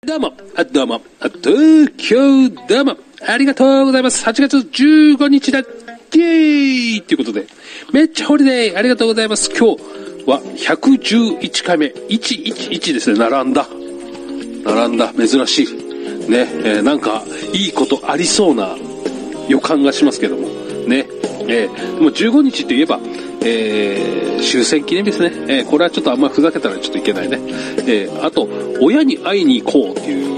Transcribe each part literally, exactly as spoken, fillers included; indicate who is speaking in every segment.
Speaker 1: どうも、あ、どうも、あ、東京、どうも、ありがとうございます。はちがつじゅうごにちだ、イェーイということで、めっちゃホリデー、ありがとうございます。今日はひゃくじゅういちかいめ、いちいちいちですね、並んだ。並んだ、珍しい。ね、えー、なんか、いいことありそうな予感がしますけども、ね、えー、でもじゅうごにちって言えば、えー、終戦記念日ですね。えー、これはちょっとあんまりふざけたらちょっといけないね。えー、あと、親に会いに行こうっていう、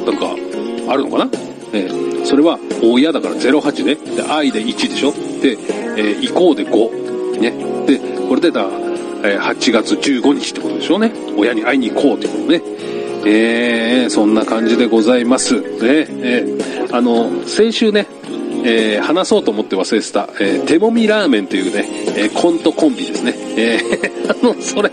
Speaker 1: なんか、あるのかな。えー、それは、親だからゼロはちね。で、愛でいちでしょ。で、えー、行こうでご。ね。で、これでだ、えー、はちがつじゅうごにちってことでしょうね。親に会いに行こうっていうことね。えー、そんな感じでございます。ね。えー、あの、先週ね、えー、話そうと思って忘れてた、えー、手もみラーメンというね、えー、コントコンビですね。えー、あの、それ、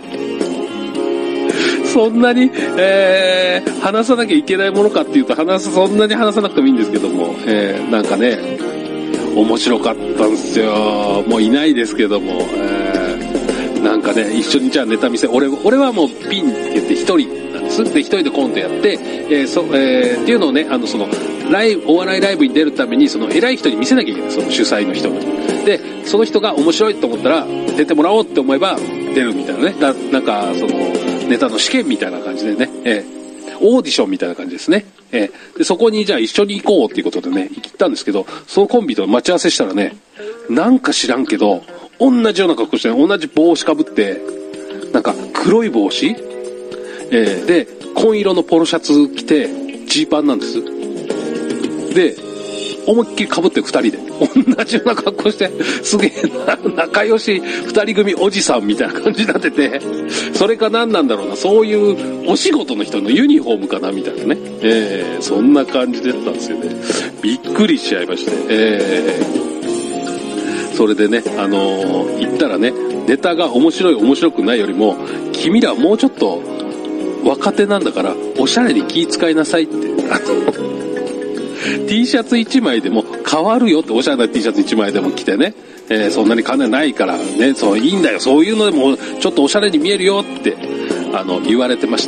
Speaker 1: そんなに、えー、話さなきゃいけないものかっていうと、話す、そんなに話さなくてもいいんですけども、えー、なんかね、面白かったんですよ。もういないですけども、えー、なんかね、一緒にじゃあネタ見せ、俺、俺はもうピンって言って一人なんです。で、一人でコントやって、えー、そ、えー、っていうのをね、あの、その、ライブ、お笑いライブに出るために、その偉い人に見せなきゃいけない、その主催の人に。で、その人が面白いと思ったら、出てもらおうって思えば、出るみたいなね。だ、なんか、その、ネタの試験みたいな感じでね、えー、オーディションみたいな感じですね。えー、で、そこにじゃあ一緒に行こうっていうことでね、行ったんですけど、そのコンビと待ち合わせしたらね、なんか知らんけど、同じような格好して、同じ帽子かぶって、なんか黒い帽子、えー、で、紺色のポロシャツ着て、ジーパンなんです。で、思いっきり被って二人で、同じような格好して、すげえな、仲良し二人組おじさんみたいな感じになってて、それか何なんだろうな、そういうお仕事の人のユニフォームかなみたいなね、えー、そんな感じだったんですよね。びっくりしちゃいまして、えー、それでね、あのー、言ったらね、ネタが面白い面白くないよりも、君らもうちょっと若手なんだから、おしゃれに気遣いなさいって、あの、T シャツいちまいでも変わるよって、おしゃれな T シャツいちまいでも着てね、えー、そんなに金ないからね、そういいんだよ、そういうのでもちょっとおしゃれに見えるよってあの言われてました。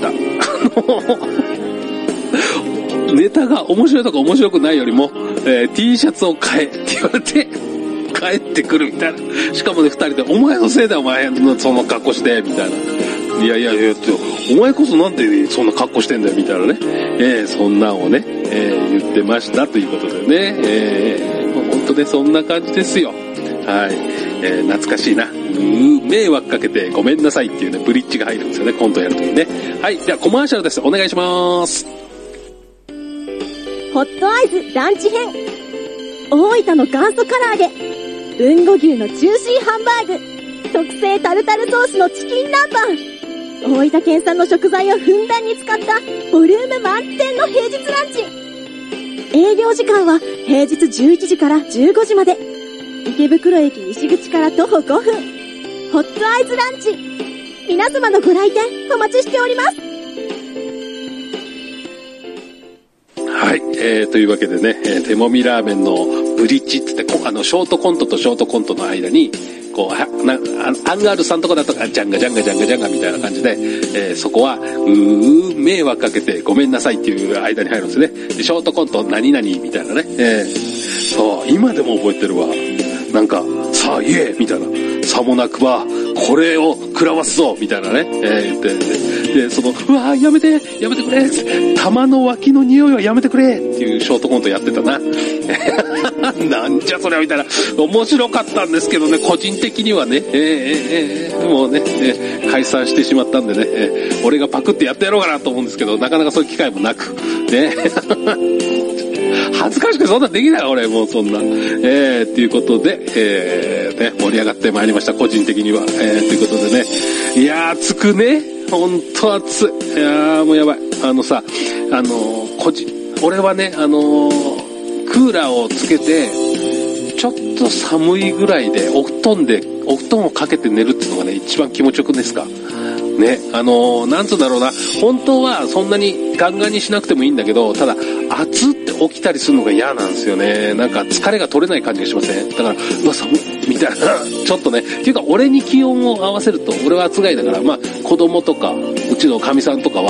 Speaker 1: ネタが面白いとか面白くないよりも、えー、T シャツを買えって言われて帰ってくるみたいな。しかもね、二人でお前のせいだよ、お前のその格好してみたいな。いやいやいや、お前こそなんでそんな格好してんだよみたいなね、えー、そんなんをね、えー、言ってましたということでね、えー、もう本当ね、そんな感じですよ。はい、えー、懐かしいな。うー、迷惑かけてごめんなさいっていうね、ブリッジが入るんですよね、コントやるときにね。はい、ではコマーシャルです。お願いします。
Speaker 2: ホットアイズランチ編。大分の元祖唐揚げ、豊後牛のジューシーハンバーグ、特製タルタルソースのチキン南蛮、大分県産の食材をふんだんに使ったボリューム満点の平日ランチ。営業時間は平日じゅういちじからじゅうごじまで。池袋駅西口から徒歩ごふん。ホットアイズランチ。皆様のご来店お待ちしております。
Speaker 1: はい、えー、というわけでね、えー、手もみラーメンのブリッジって言って、あのショートコントとショートコントの間にこうなアンガールズさんとかだとかジャンガジャンガジャンガジャンガみたいな感じで、えー、そこはうー迷惑かけてごめんなさいっていう間に入るんですね。でショートコント何々みたいなね、えー、そう今でも覚えてるわ。なんかさあ言えみたいな、さもなくばこれを食らわすぞみたいなね、えー、言って、でそのうわーやめてやめてくれ玉の脇の匂いはやめてくれっていうショートコントやってたな。なんじゃそれみたいな、面白かったんですけどね、個人的にはね、えーえーえー、もうね、えー、解散してしまったんでね、えー、俺がパクってやってやろうかなと思うんですけど、なかなかそういう機会もなくね。恥ずかしくそんなできない俺もうそんな、えー、ということで、えー、ね、盛り上がってまいりました個人的には、えー、ということでね、いやー暑くね、ほんと暑い、いやーもうやばい。あのさ、あのー、個人俺はね、あのー、クーラーをつけてちょっと寒いぐらいでお布団でお布団をかけて寝るっていうのがね一番気持ちよくですかね。あのー、なんつうんだろうな、本当はそんなにガンガンにしなくてもいいんだけど、ただ暑って起きたりするのが嫌なんですよね。なんか疲れが取れない感じがしません？だからうわ寒いみたいなちょっとね、っていうか俺に気温を合わせると、俺は暑がりだから、まあ子供とかうちのかみさんとかは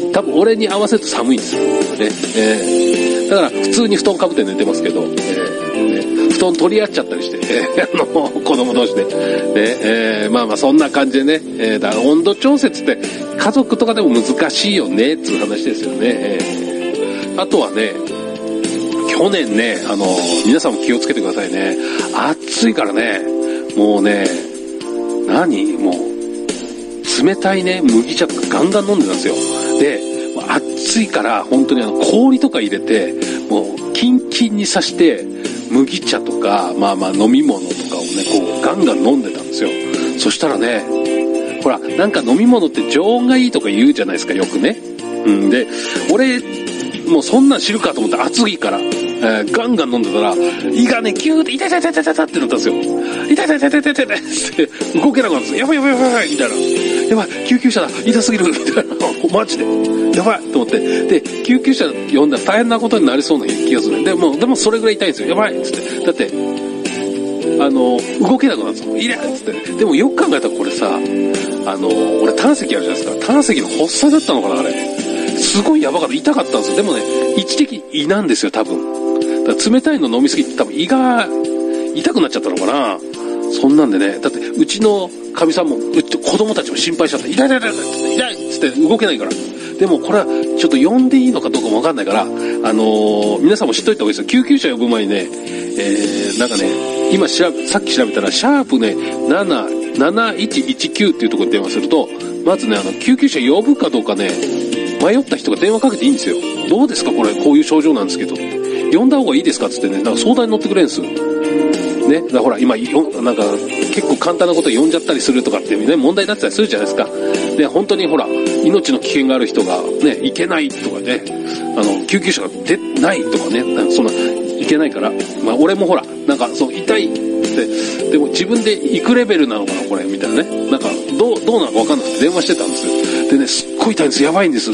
Speaker 1: 多分俺に合わせると寒いんですよ。ね。えー、だから普通に布団かぶって寝てますけど、えーね、布団取り合っちゃったりして、えー、あの、子供同士で。ね、えー、まあまあそんな感じでね、えー、だから温度調節って家族とかでも難しいよね、っていう話ですよね。えー、あとはね、去年ね、あの、皆さんも気をつけてくださいね。暑いからね、もうね、何もう、冷たいね、麦茶とかガンガン飲んでたんですよ。で、暑いから本当にあの氷とか入れて、もうキンキンにさして、麦茶とか、まあまあ飲み物とかをね、こうガンガン飲んでたんですよ。そしたらね、ほら、なんか飲み物って常温がいいとか言うじゃないですか、よくね。うんで、俺、もうそんなん知るかと思って暑いから、えー、ガンガン飲んでたら、胃がね、キューって痛い痛い痛い痛い痛いってなったんですよ。痛い痛い痛い痛い痛い痛いって動けなくなるんですよ。やばいやばいやばいみたいな。やばい、救急車だ、痛すぎるみたいな。マジで。やばいと思って。で、救急車呼んだら大変なことになりそうな気がする。でも、でもそれぐらい痛いんですよ。やばいっつって。だって、あの、動けなくなるんですよ。いれっつって。でもよく考えたらこれさ、あの、俺胆石あるじゃないですか。胆石の発作だったのかな、あれ。すごいやばかった。痛かったんですよ。でもね、一時的胃なんですよ、多分。だから冷たいの飲みすぎて多分胃が痛くなっちゃったのかな。そんなんでね、だってうちのかみさんも、うち子供たちも心配しちゃって、痛い痛い痛い痛い痛いっつって動けないから。でもこれはちょっと呼んでいいのかどうかもわかんないから、あのー、皆さんも知っといた方がいいですよ。救急車呼ぶ前にね、えー、なんかね、今調べ、さっき調べたら、シャープね、なな、なないちいちきゅうっていうところに電話すると、まずね、あの、救急車呼ぶかどうかね、迷った人が電話かけていいんですよ。どうですかこれ、こういう症状なんですけど。呼んだ方がいいですかつってね、なんか相談に乗ってくれるんです。ね。だからほら、今、よなんか、結構簡単なこと呼んじゃったりするとかっていうね、問題になってたりするじゃないですか。で、本当にほら、命の危険がある人がね、行けないとかね、あの、救急車が出ないとかね、そんな、行けないから、まあ俺もほら、なんか、そう、痛いって、でも自分で行くレベルなのかな、これ、みたいなね。なんか、どう、どうなのかわかんなくて電話してたんですよ。でね、すっごい痛いんです、やばいんです、つって、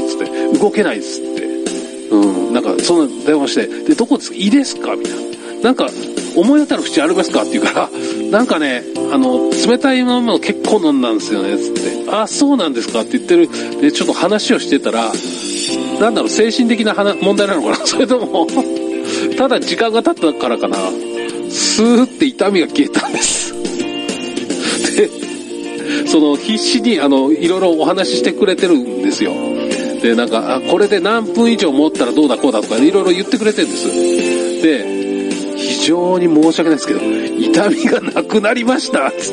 Speaker 1: 動けないです、って。うん、なんか、そんな電話して、で、どこですかいいですかみたいな。なんか、思い当たる節ありますかって言うから、なんかね、あの、冷たいまま結構飲んだんですよね、つって。あ、そうなんですかって言ってる。で、ちょっと話をしてたら、なんだろう、精神的な問題なのかなそれとも、ただ時間が経ったからかな。スーって痛みが消えたんです。で、その必死にあの、いろいろお話ししてくれてるんですよ。で、なんか、あ、これで何分以上持ったらどうだこうだとかいろいろ言ってくれてるんです。で、非常に申し訳ないですけど、痛みがなくなりました、つって。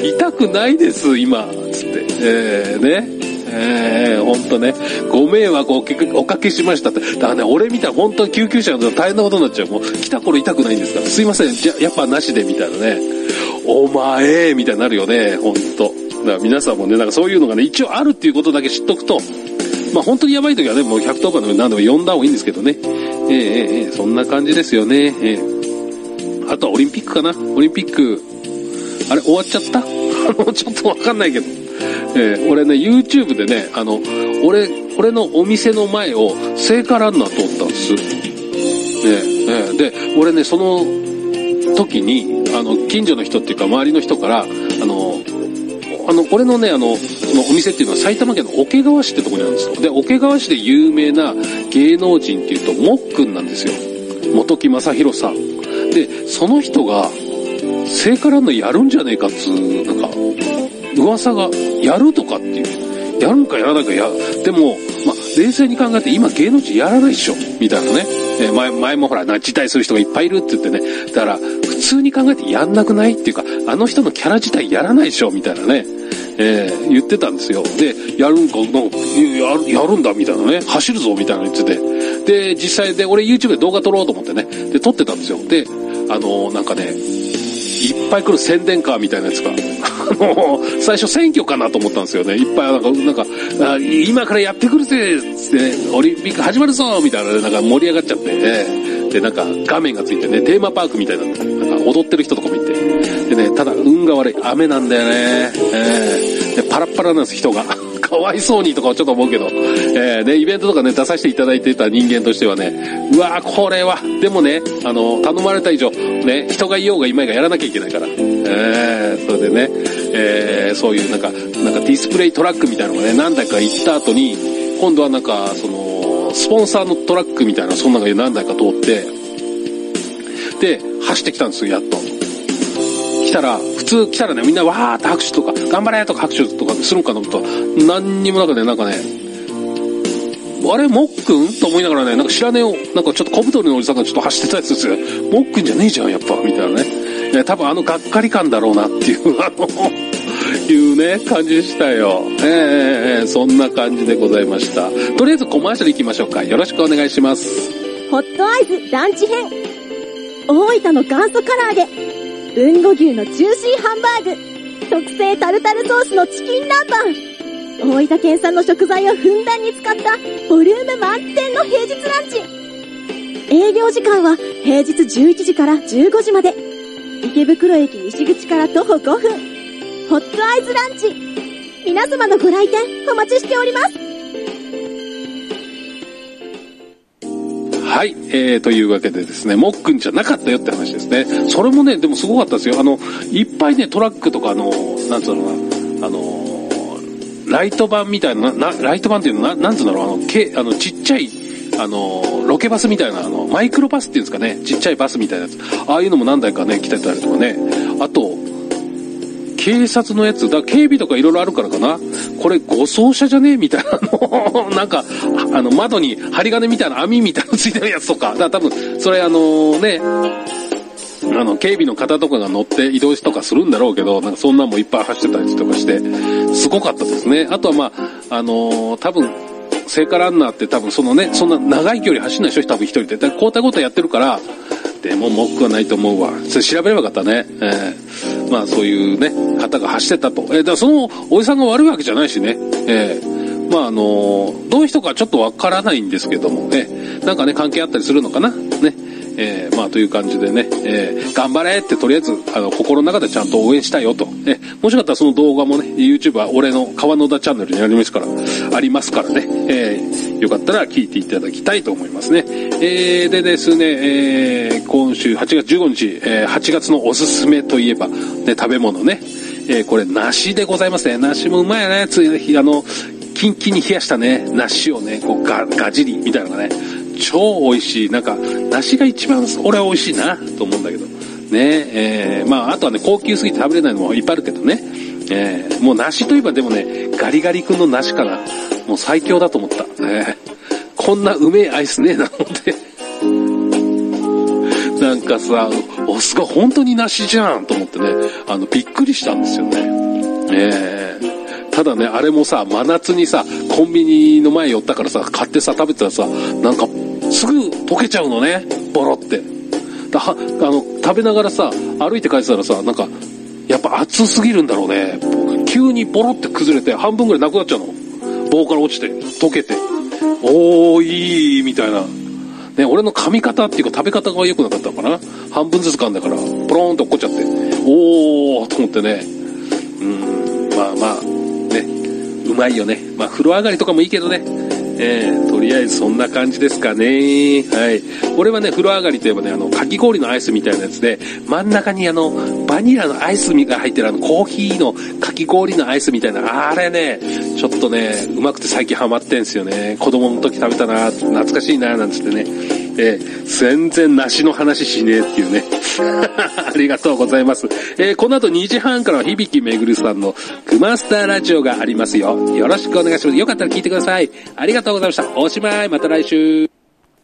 Speaker 1: 痛くないです、今、つって。えー、ね。えー、ほんとね。ご迷惑をおかけ、おかけしましたって。だからね、俺見たら本当に救急車が大変なことになっちゃう。もう、来た頃痛くないんですから。すいません、じゃ、やっぱなしで、みたいなね。お前、みたいになるよね、ほんと。だから皆さんもね、なんかそういうのがね、一応あるっていうことだけ知っとくと、まあ本当にやばい時はね、もうひゃくとおかでも何でも呼んだ方がいいんですけどね。えー、えー、そんな感じですよね。えー、あとはオリンピックかな。オリンピック、あれ終わっちゃったあの、ちょっとわかんないけど。えー、俺ね、YouTube でね、あの、俺、俺のお店の前を聖火ランナー通ったんです。ねえー、で、俺ね、その時に、あの、近所の人っていうか周りの人から、あの、あの、俺のね、あの、そのお店っていうのは埼玉県の桶川市ってとこにあるんですよ。で、桶川市で有名な芸能人っていうと、もっくんなんですよ。本木正宏さん。で、その人が、聖火ランナーやるんじゃねえかっつう、なんか、噂が、やるとかっていう。やるんかやらないかや、でも、まあ、冷静に考えて今芸能人やらないっしょ。みたいなね。えー、前、前もほら、辞退する人がいっぱいいるって言ってね。だから、普通に考えてやんなくないっていうか、あの人のキャラ自体やらないっしょ。みたいなね。えー、言ってたんですよ。で、やるんか、なんかやる、やるんだ、みたいなね。走るぞ、みたいなの言ってて。で、実際で、俺 YouTube で動画撮ろうと思ってね。で、撮ってたんですよ。で、あのー、なんかね、いっぱい来る宣伝カーみたいなやつが、あのー、最初選挙かなと思ったんですよね。いっぱいなんか、なんか、あ今からやってくるぜつってね、オリンピック始まるぞみたいな、なんか盛り上がっちゃって、ね、で、なんか画面がついてね、テーマパークみたいな、なんか踊ってる人とかもいて、でね、ただ運が悪い。雨なんだよね。えー、でパラッパラなんです、人が。かわいそうにとかちょっと思うけど、えー、で、イベントとかね、出させていただいてた人間としてはね、うわーこれは、でもね、あの、頼まれた以上、ね、人がいようがいまいがやらなきゃいけないから、えー、それでね、えー、そういうなんか、なんかディスプレイトラックみたいなのがね、何台か行った後に、 今度はなんか、その、スポンサーのトラックみたいな、そんなのが何台か通って、で、走ってきたんですよ、やっと。来たら、普通来たらね、みんなわーって拍手とか、頑張れとか拍手とかするんかと思ったら、何にもなくね、なんかね、あれもっくんと思いながらね、なんか知らねえよ、なんかちょっと小太りのおじさんがちょっと走ってたやつですよ。もっくんじゃねえじゃん、やっぱ、みたいなね。ね、多分あのがっかり感だろうなっていう、あの、いうね、感じでしたよ。えー、えー、そんな感じでございました。とりあえずコマーシャル行きましょうか。よろしくお願いします。
Speaker 2: ホットアイズランチ編。大分の元祖唐揚げ。豊後牛のジューシーハンバーグ。特製タルタルソースのチキン南蛮。大分県産の食材をふんだんに使ったボリューム満点の平日ランチ。営業時間は平日じゅういちじからじゅうごじまで。池袋駅西口から徒歩ごふん。ホットアイズランチ。皆様のご来店お待ちしております。
Speaker 1: はい、えー、というわけでですね、もっくんじゃなかったよって話ですね。それもね、でもすごかったですよ。あの、いっぱいね、トラックとか、あの、なんつうのかな、あの、ライトバンみたいな、な、ライトバンっていうのな、なんつうんだろう、あの、け、あの、ちっちゃい、あの、ロケバスみたいな、あの、マイクロバスっていうんですかね、ちっちゃいバスみたいなやつ。ああいうのも何台かね、来てたりとかね。あと、警察のやつ、だ警備とかいろいろあるからかな。これ護送車じゃねえみたいなの、なんか、あの、窓に針金みたいな網みたいなのついてるやつとか。だから多分、それあのね、あの、警備の方とかが乗って移動とかするんだろうけど、なんかそんなんもいっぱい走ってたりとかして、すごかったですね。あとはまあ、あのー、多分、聖火ランナーって多分そのね、そんな長い距離走んない人多分一人で。だから交代交代やってるから、でも文句はないと思うわ。それ調べればよかったね。えー、まあそういうね、方が走ってたと。えー、だからそのおじさんが悪いわけじゃないしね。えー、まああのー、どういう人かちょっとわからないんですけども、えー、なんかね、関係あったりするのかなね。えー、まあという感じでね、えー、頑張れってとりあえず、あの、心の中でちゃんと応援したいよと。えー、もしかったらその動画もね、YouTube は俺の川野田チャンネルにありますから、ありますからね、えー、よかったら聞いていただきたいと思いますね。えー、でですね、えー、今週はちがつじゅうごにち、えー、はちがつのおすすめといえば、ね、食べ物ね、えー、これ梨でございますね。梨もうまいね。つい、あの、キンキンに冷やしたね、梨をね、こうガ、ガジリみたいなのがね、超美味しい。なんか、梨が一番俺は美味しいな、と思うんだけど。ねえー、まあ、あとはね、高級すぎて食べれないのもいっぱいあるけどね。えー、もう梨といえばでもね、ガリガリ君の梨かな。もう最強だと思った。えー、こんなうめえアイスねえな、思って。なんかさ、お、すごい、本当に梨じゃん、と思ってね、あの、びっくりしたんですよね。えーただね、あれもさ、真夏にさ、コンビニの前寄ったからさ、買ってさ、食べてたらさ、なんか、すぐ溶けちゃうのね、ボロって。だは、あの、食べながらさ、歩いて帰ってたらさ、なんか、やっぱ熱すぎるんだろうね。急にボロって崩れて、半分ぐらいなくなっちゃうの。棒から落ちて、溶けて。おー、いい、みたいな。ね、俺の噛み方っていうか食べ方が良くなかったのかな。半分ずつ噛んだから、ポローンと落っこっちゃって。おー、と思ってね。うん、まあまあ、ね、うまいよね。まあ風呂上がりとかもいいけどね。えー、とりあえずそんな感じですかね。はい。俺はね、風呂上がりといえばね、あの、かき氷のアイスみたいなやつで、真ん中にあの、バニラのアイスが入ってるあの、コーヒーのかき氷のアイスみたいな、あれね、ちょっとね、うまくて最近ハマってんすよね。子供の時食べたな、懐かしいな、なんつってね。えー、全然梨の話しねえっていうね。ありがとうございます。えー、この後にじはんからは響めぐるさんのクマスターラジオがありますよ。よろしくお願いします。よかったら聞いてください。ありがとうございました。おしまい。また来週。